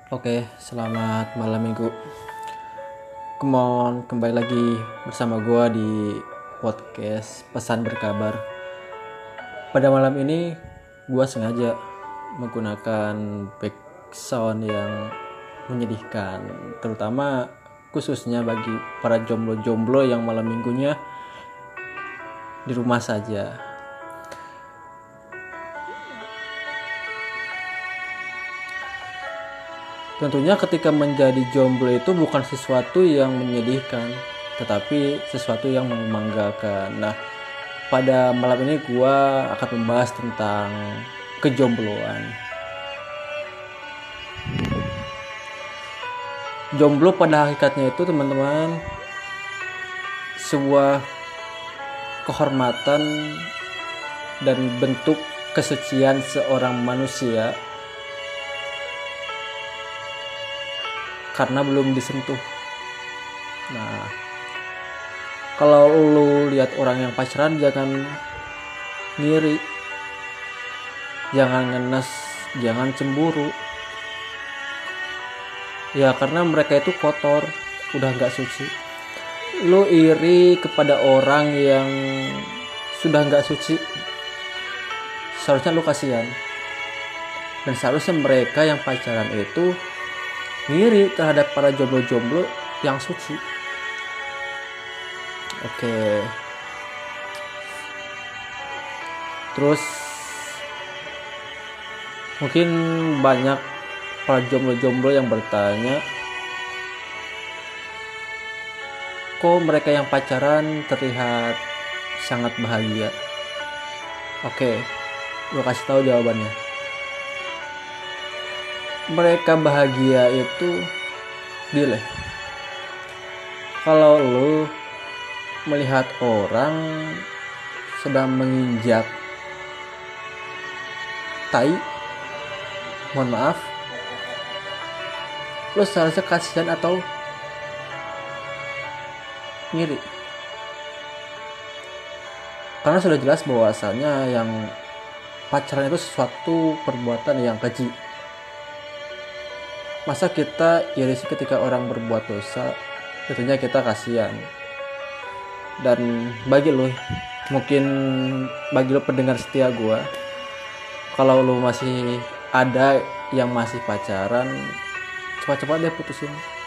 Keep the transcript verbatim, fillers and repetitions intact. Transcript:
Oke, selamat malam minggu. Come on, kembali lagi bersama gue di podcast Pesan Berkabar. Pada malam ini gue sengaja menggunakan background yang menyedihkan, terutama khususnya bagi para jomblo-jomblo yang malam minggunya di rumah saja. Tentunya ketika menjadi jomblo itu bukan sesuatu yang menyedihkan, tetapi sesuatu yang membanggakan. Nah, pada malam ini gue akan membahas tentang kejombloan. Jomblo pada hakikatnya itu, teman-teman, sebuah kehormatan dan bentuk kesucian seorang manusia karena belum disentuh. Nah, kalau lu lihat orang yang pacaran, jangan ngiri, jangan ngenes, jangan cemburu. Ya, karena mereka itu kotor, udah gak suci. Lu iri kepada orang yang sudah gak suci, seharusnya lu kasihan. Dan seharusnya mereka yang pacaran itu ngiri terhadap para jomblo-jomblo yang suci. Oke. Terus mungkin banyak para jomblo-jomblo yang bertanya, kok mereka yang pacaran terlihat sangat bahagia? Oke, gue kasih tahu jawabannya. Mereka bahagia itu delay. Kalau lu melihat orang sedang menginjak tai, mohon maaf, lu seharusnya kasihan atau ngiri? Karena sudah jelas bahwasannya yang pacaran itu sesuatu perbuatan yang keji. Masa kita iri sih ketika orang berbuat dosa? Tentunya kita kasihan. Dan bagi lo, mungkin bagi lo pendengar setia gue, kalau lo masih ada yang masih pacaran, cepat-cepat deh putusin.